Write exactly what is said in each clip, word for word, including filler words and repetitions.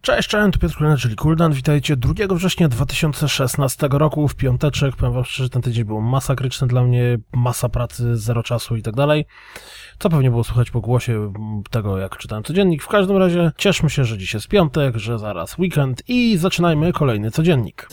Cześć, cześć, tu Piotr Kulina, czyli Kuldan. Witajcie drugiego września dwa tysiące szesnastego roku w piąteczek. Powiem wam szczerze, że ten tydzień był masakryczny dla mnie, masa pracy, zero czasu i tak dalej. Co pewnie było słychać po głosie tego, jak czytałem codziennik. W każdym razie cieszmy się, że dziś jest piątek, że zaraz weekend i zaczynajmy kolejny codziennik.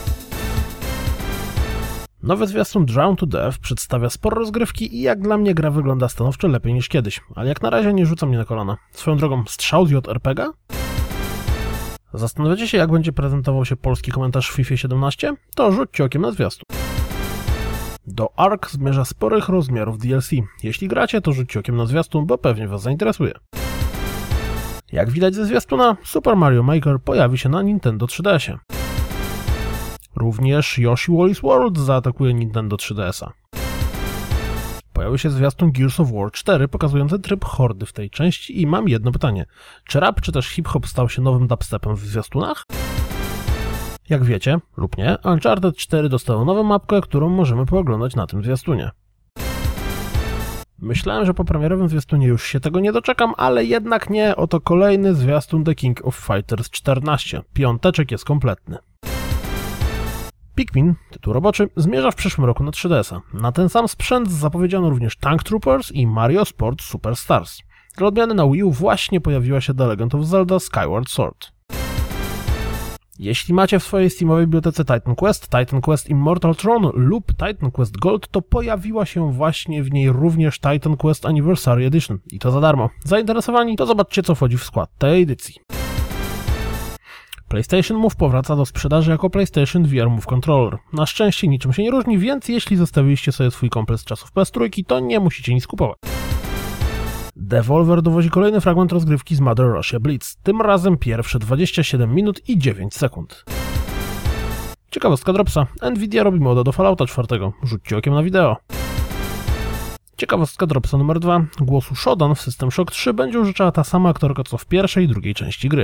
Nowy zwiastun Drown to Death przedstawia sporo rozgrywki i jak dla mnie gra wygląda stanowczo lepiej niż kiedyś, ale jak na razie nie rzuca mnie na kolana. Swoją drogą, strzał z J R P G? Zastanawiacie się, jak będzie prezentował się polski komentarz w FIFA siedemnaście? To rzućcie okiem na zwiastun. Do Ark zmierza sporych rozmiarów D L C. Jeśli gracie, to rzućcie okiem na zwiastun, bo pewnie was zainteresuje. Jak widać ze zwiastuna, Super Mario Maker pojawi się na Nintendo trzy D S-ie. Również Yoshi Wally's World zaatakuje Nintendo trzy D S-a. Pojawił się zwiastun Gears of War cztery pokazujący tryb hordy w tej części i mam jedno pytanie. Czy rap, czy też hip-hop stał się nowym dubstepem w zwiastunach? Jak wiecie, lub nie, Uncharted cztery dostało nową mapkę, którą możemy pooglądać na tym zwiastunie. Myślałem, że po premierowym zwiastunie już się tego nie doczekam, ale jednak nie, oto kolejny zwiastun The King of Fighters czternaście. Piąteczek jest kompletny. Pikmin, tytuł roboczy, zmierza w przyszłym roku na trzy D S-a. Na ten sam sprzęt zapowiedziano również Tank Troopers i Mario Sport Superstars. Dla odmiany na Wii U właśnie pojawiła się The Legend of Zelda Skyward Sword. Jeśli macie w swojej Steamowej bibliotece Titan Quest, Titan Quest Immortal Throne lub Titan Quest Gold, to pojawiła się właśnie w niej również Titan Quest Anniversary Edition. I to za darmo. Zainteresowani? To zobaczcie, co wchodzi w skład tej edycji. PlayStation Move powraca do sprzedaży jako PlayStation V R Move Controller. Na szczęście niczym się nie różni, więc jeśli zostawiliście sobie swój komplet z czasów P S trzy, to nie musicie nic kupować. Devolver dowozi kolejny fragment rozgrywki z Mother Russia Blitz, tym razem pierwsze dwadzieścia siedem minut i dziewięć sekund. Ciekawostka Dropsa. Nvidia robi moda do Fallouta czwartego. Rzućcie okiem na wideo. Ciekawostka Dropsa numer dwa. Głosu Shodan w System Shock trzy będzie użyczała ta sama aktorka co w pierwszej i drugiej części gry.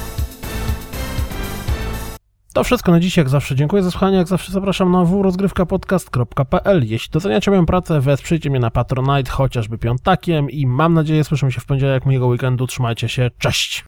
To wszystko na dziś, jak zawsze dziękuję za słuchanie, jak zawsze zapraszam na w w w kropka rozgrywka podcast kropka p l. Jeśli doceniacie moją pracę, wesprzyjcie mnie na Patronite, chociażby piątakiem i mam nadzieję słyszymy się w poniedziałek mojego weekendu. Trzymajcie się, cześć!